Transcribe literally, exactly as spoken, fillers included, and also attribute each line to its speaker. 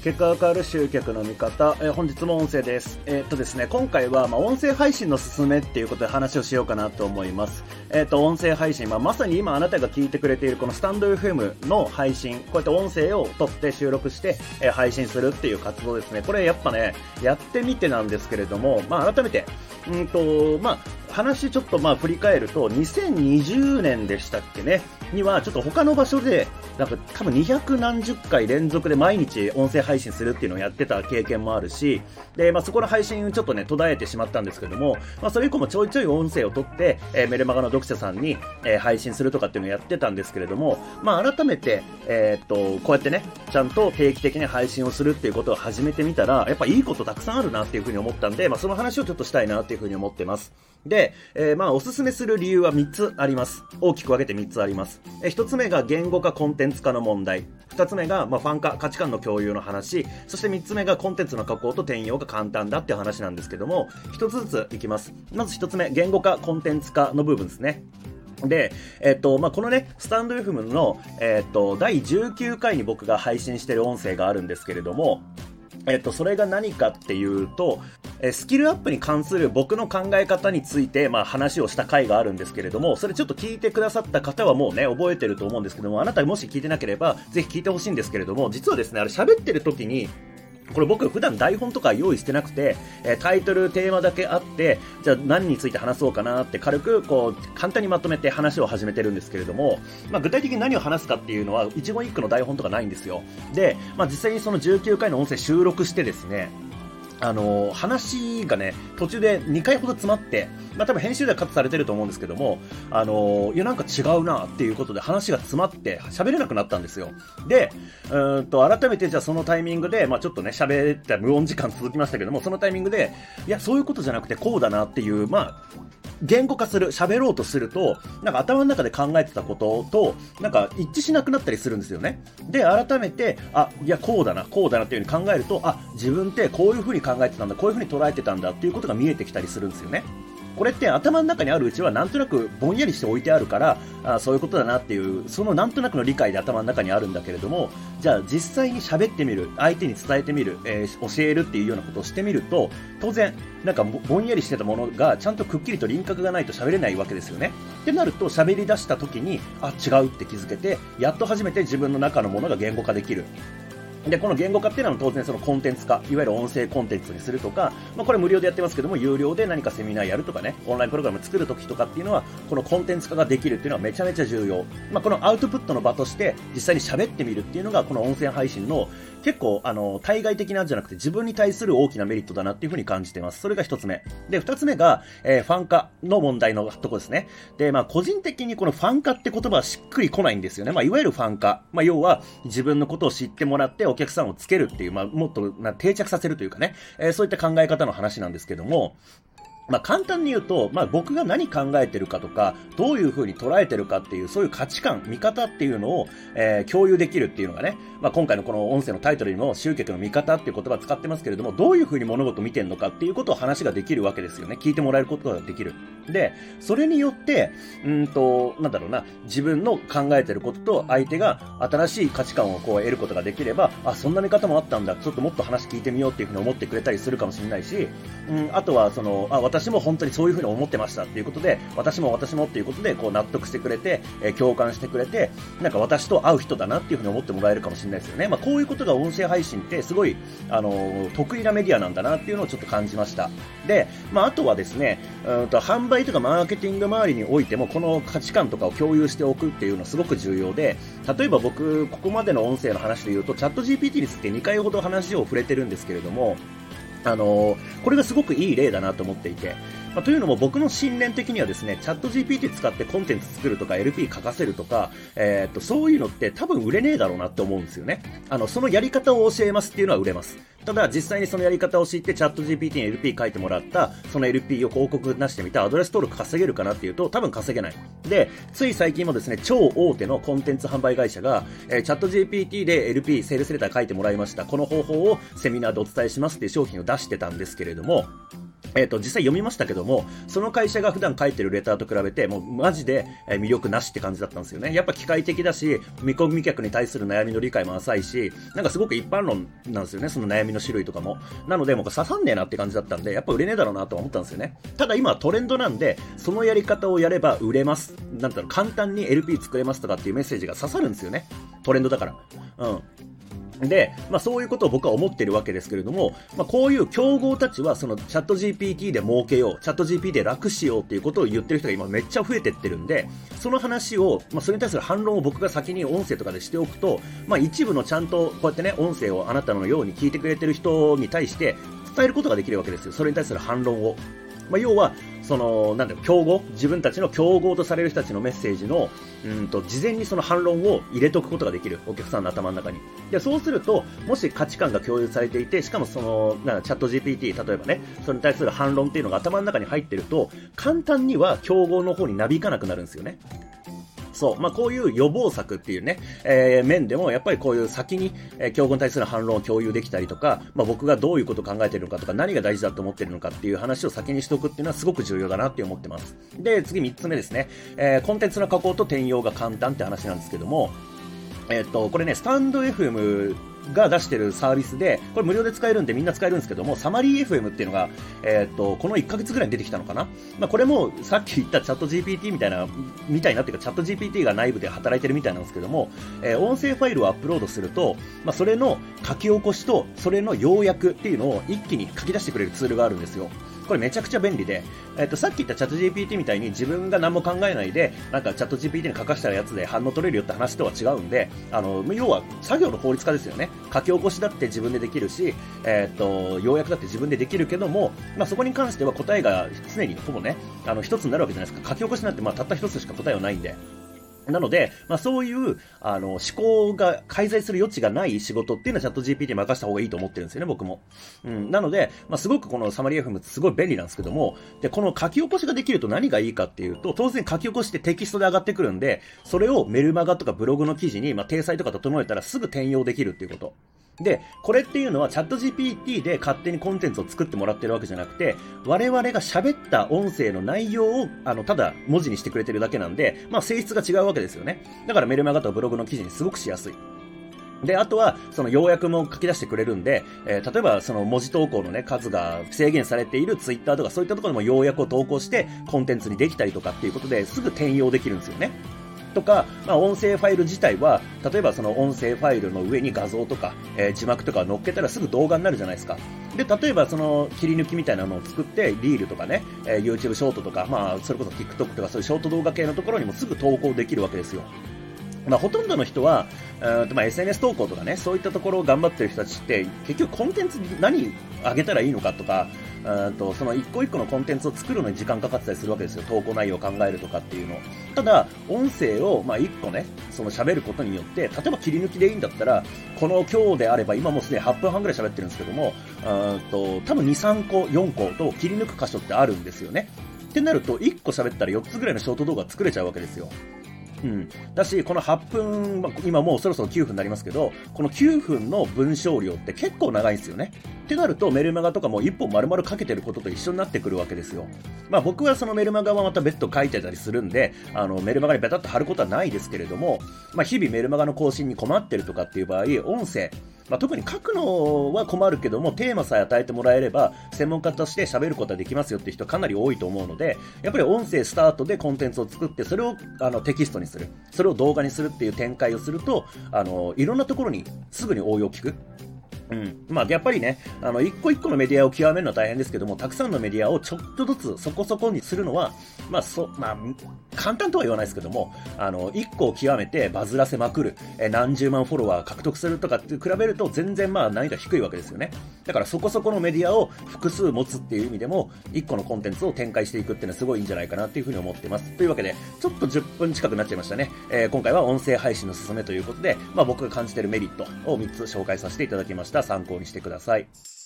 Speaker 1: 結果が変わる集客の見方、えー、本日も音声です。えー、っとですね、今回は、まあ、音声配信の勧めっていうことで話をしようかなと思います。えー、っと、音声配信、まあ、まさに今あなたが聞いてくれているこのスタンド エフエム の配信、こうやって音声を取って収録して、えー、配信するっていう活動ですね。これやっぱね、やってみてなんですけれども、まあ、改めて、うんと、まあ、話ちょっとまあ振り返ると、にせんにじゅうねんでしたっけね、にはちょっと他の場所で、なんか多分にひゃくなんじゅっかい連続で毎日音声配信するっていうのをやってた経験もあるし、で、まあそこの配信ちょっとね、途絶えてしまったんですけども、まあそれ以降もちょいちょい音声を取って、えー、メルマガの読者さんに、えー、配信するとかっていうのをやってたんですけれども、まあ改めて、えー、っと、こうやってね、ちゃんと定期的に配信をするっていうことを始めてみたら、やっぱいいことたくさんあるなっていうふうに思ったんで、まあその話をちょっとしたいなっていうふうに思ってます。で、えー、まあおすすめする理由はみっつあります。大きく分けてみっつあります。えー、ひとつめが言語化コンテンツ化の問題。ふたつめが、まあ、ファン化、価値観の共有の話。そしてみっつめがコンテンツの加工と転用が簡単だっていう話なんですけども、ひとつずついきます。まずひとつめ、言語化コンテンツ化の部分ですね。で、えっと、まあ、このね、スタンド エフエム の、えっと、だいじゅうきゅうかいに僕が配信してる音声があるんですけれども、えっと、それが何かっていうと、えスキルアップに関する僕の考え方について、まあ、話をした回があるんですけれども、それちょっと聞いてくださった方はもうね、覚えてると思うんですけども、あなたもし聞いてなければ、ぜひ聞いてほしいんですけれども、実はですね、あれ喋ってる時に、これ僕普段台本とか用意してなくて、えー、タイトル、テーマだけあって、じゃあ何について話そうかなって軽くこう簡単にまとめて話を始めてるんですけれども、まあ、具体的に何を話すかっていうのは一言一句の台本とかないんですよ。で、まあ、実際にそのじゅうきゅうかいの音声収録してですね、あのー、話がね、途中でにかいほど詰まって、まあ多分編集ではカットされてると思うんですけども、あのー、いやなんか違うなっていうことで話が詰まって喋れなくなったんですよ。で、うーんと、改めてじゃあそのタイミングで、まあちょっとね、喋った無音時間続きましたけども、そのタイミングで、いやそういうことじゃなくてこうだなっていう、まあ、言語化する、喋ろうとすると、なんか頭の中で考えてたことと、なんか一致しなくなったりするんですよね。で、改めて、あ、いや、こうだな、こうだなっていう風に考えると、あ、自分ってこういう風に考えてたんだ、こういう風に捉えてたんだっていうことが見えてきたりするんですよね。これって頭の中にあるうちはなんとなくぼんやりして置いてあるから、あ、そういうことだなっていう、そのなんとなくの理解で頭の中にあるんだけれども、じゃあ実際に喋ってみる、相手に伝えてみる、えー、教えるっていうようなことをしてみると、当然、なんかぼんやりしてたものがちゃんとくっきりと輪郭がないと喋れないわけですよね。ってなると喋り出した時に、あ、違うって気づけて、やっと初めて自分の中のものが言語化できる。で、この言語化っていうのは当然そのコンテンツ化、いわゆる音声コンテンツにするとか、まあこれ無料でやってますけども、有料で何かセミナーやるとかね、オンラインプログラム作るときとかっていうのは、このコンテンツ化ができるっていうのはめちゃめちゃ重要。まあこのアウトプットの場として実際に喋ってみるっていうのが、この音声配信の結構あの対外的なんじゃなくて自分に対する大きなメリットだなっていうふうに感じてます。それが一つ目。で、二つ目が、えー、ファン化の問題のとこですね。で、まあ個人的にこのファン化って言葉はしっくりこないんですよね。まあいわゆるファン化。まあ要は自分のことを知ってもらってお客さんをつけるっていう、まあもっとな定着させるというかね、えー、そういった考え方の話なんですけども、まあ簡単に言うと、まあ僕が何考えてるかとか、どういう風に捉えてるかっていう、そういう価値観、見方っていうのを、えー、共有できるっていうのがね、まあ今回のこの音声のタイトルにも集客の見方っていう言葉を使ってますけれども、どういう風に物事を見てるのかっていうことを話ができるわけですよね。聞いてもらえることができる。で、それによって、うんと、なんだろうな、自分の考えてることと相手が新しい価値観をこう得ることができれば、あ、そんな見方もあったんだ、ちょっともっと話聞いてみようっていう風に思ってくれたりするかもしれないし、うん、あとはその、あ、私も本当にそういう風に思ってましたっていうことで、私も私もっていうことでこう納得してくれて、えー、共感してくれて、なんか私と合う人だなっていう風に思ってもらえるかもしれないですよね。まあこういうことが音声配信ってすごい、あのー、得意なメディアなんだなっていうのをちょっと感じました。で、まああとはですね、うんと販売とかマーケティング周りにおいてもこの価値観とかを共有しておくっていうのすごく重要で、例えば僕ここまでの音声の話で言うとチャット ジーピーティー についてにかいほど話を触れてるんですけれども、あのー、これがすごくいい例だなと思っていて、まあ、というのも僕の信念的にはですね、チャット ジーピーティー 使ってコンテンツ作るとか エルピー 書かせるとか、えー、っとそういうのって多分売れねえだろうなって思うんですよね。あのそのやり方を教えますっていうのは売れます。ただ実際にそのやり方を知ってチャット ジーピーティー に エルピー 書いてもらったその エルピー を広告出してみたアドレス登録稼げるかなっていうと多分稼げない。で、つい最近もですね、超大手のコンテンツ販売会社が、えー、チャット ジーピーティー で エルピー セールスレター書いてもらいました、この方法をセミナーでお伝えしますっていう商品を出してたんですけれども、 えっと、実際読みましたけども、その会社が普段書いてるレターと比べて、もうマジで魅力なしって感じだったんですよね。やっぱ機械的だし、見込み客に対する悩みの理解も浅いし、なんかすごく一般論なんですよね、その悩みの種類とかも。なので、もう刺さんねえなって感じだったんで、やっぱ売れねえだろうなと思ったんですよね。ただ今はトレンドなんで、そのやり方をやれば売れます。なんだろう、簡単に エルピー 作れますとかっていうメッセージが刺さるんですよね。トレンドだから。うん。で、まあそういうことを僕は思っているわけですけれども、まあこういう競合たちはそのチャット ジーピーティー で儲けよう、チャット ジーピーティー で楽しようっていうことを言ってる人が今めっちゃ増えてってるんで、その話を、まあそれに対する反論を僕が先に音声とかでしておくと、まあ一部のちゃんとこうやってね、音声をあなたのように聞いてくれてる人に対して伝えることができるわけですよ。それに対する反論を。まあ、要は、その、なんだろう、競合、自分たちの競合とされる人たちのメッセージの、うんと、事前にその反論を入れておくことができる。お客さんの頭の中に。で、そうすると、もし価値観が共有されていて、しかもその、なんかチャット ジーピーティー、例えばね、それに対する反論っていうのが頭の中に入ってると、簡単には競合の方になびかなくなるんですよね。そう。まあ、こういう予防策っていうね、えー、面でも、やっぱりこういう先に、えー、競合に対する反論を共有できたりとか、まあ、僕がどういうことを考えているのかとか、何が大事だと思っているのかっていう話を先にしておくっていうのはすごく重要だなって思ってます。で、次みっつめですね。えー、コンテンツの加工と転用が簡単って話なんですけども、えっと、これね、スタンド エフエム が出してるサービスで、これ無料で使えるんでみんな使えるんですけども、サマリー エフエム っていうのが、えっと、このいっかげつぐらいに出てきたのかな。まあ、これもさっき言ったチャット ジーピーティー みたいな、みたいなっていうか、チャット ジーピーティー が内部で働いてるみたいなんですけども、えー、音声ファイルをアップロードすると、まあ、それの書き起こしと、それの要約っていうのを一気に書き出してくれるツールがあるんですよ。これめちゃくちゃ便利で、えっと、さっき言ったチャット ジーピーティー みたいに自分が何も考えないで、なんかチャット ジーピーティー に書かしたやつで反応取れるよって話とは違うんで、あの、要は作業の効率化ですよね。書き起こしだって自分でできるし、えっと、要約だって自分でできるけども、まあ、そこに関しては答えが常にほぼね、あの、一つになるわけじゃないですか。書き起こしなんてまあたった一つしか答えはないんで。なので、まあそういう、あの、思考が介在する余地がない仕事っていうのはチャット ジーピーティー に任せた方がいいと思ってるんですよね、僕も。うん。なので、まあすごくこのサマリー エフエム ってすごい便利なんですけども、で、この書き起こしができると何がいいかっていうと、当然書き起こしってテキストで上がってくるんで、それをメルマガとかブログの記事に、まあ体裁とか整えたらすぐ転用できるっていうこと。で、これっていうのはチャット ジーピーティー で勝手にコンテンツを作ってもらってるわけじゃなくて、我々が喋った音声の内容を、あの、ただ文字にしてくれてるだけなんで、まあ性質が違うわけですよね。だからメルマガとかブログの記事にすごくしやすい。で、あとは、その要約も書き出してくれるんで、えー、例えばその文字投稿のね、数が制限されているツイッターとかそういったところでも要約を投稿してコンテンツにできたりとかっていうことですぐ転用できるんですよね。とか、まあ、音声ファイル自体は、例えばその音声ファイルの上に画像とか、えー、字幕とかを載っけたらすぐ動画になるじゃないですか。で、例えばその切り抜きみたいなのを作って、リールとかね、えー、YouTube ショートとか、まあ、それこそ TikTok とかそういうショート動画系のところにもすぐ投稿できるわけですよ。まあ、ほとんどの人は、うんとまあ、エスエヌエス 投稿とかね、そういったところを頑張ってる人たちって、結局コンテンツ何上げたらいいのかとか、うんとその一個一個のコンテンツを作るのに時間かかってたりするわけですよ。投稿内容を考えるとかっていうの。ただ、音声を、まあ、一個ね、その喋ることによって、例えば切り抜きでいいんだったら、この今日であれば、今もうすでにはっぷんはんぐらい喋ってるんですけども、うんと多分に、さんこ、よんこと切り抜く箇所ってあるんですよね。ってなると、いっこ喋ったらよっつぐらいのショート動画作れちゃうわけですよ。うん。だし、このはっぷん、今もうそろそろきゅうふんになりますけど、このきゅうふんの文章量って結構長いんですよね。ってなると、メルマガとかもいっぽん丸々かけてることと一緒になってくるわけですよ。まあ僕はそのメルマガはまた別途書いてたりするんで、あの、メルマガにベタッと貼ることはないですけれども、まあ日々メルマガの更新に困ってるとかっていう場合、音声、まあ、特に書くのは困るけども、テーマさえ与えてもらえれば、専門家として喋ることはできますよっていう人かなり多いと思うので、やっぱり音声スタートでコンテンツを作って、それをあのテキストにする。それを動画にするっていう展開をすると、あの、いろんなところにすぐに応用聞く。うん。まあ、やっぱりね、あの、一個一個のメディアを極めるのは大変ですけども、たくさんのメディアをちょっとずつそこそこにするのは、まあ、そ、まあ、簡単とは言わないですけども、あの、一個を極めてバズらせまくる、え、何十万フォロワー獲得するとかって比べると、全然まあ、難易度低いわけですよね。だからそこそこのメディアを複数持つっていう意味でも、一個のコンテンツを展開していくっていうのはすごいいいんじゃないかなっていうふうに思ってます。というわけで、ちょっとじゅっぷん近くなっちゃいましたね。えー、今回は音声配信の勧めということで、まあ、僕が感じているメリットをみっつ紹介させていただきました。参考にしてください。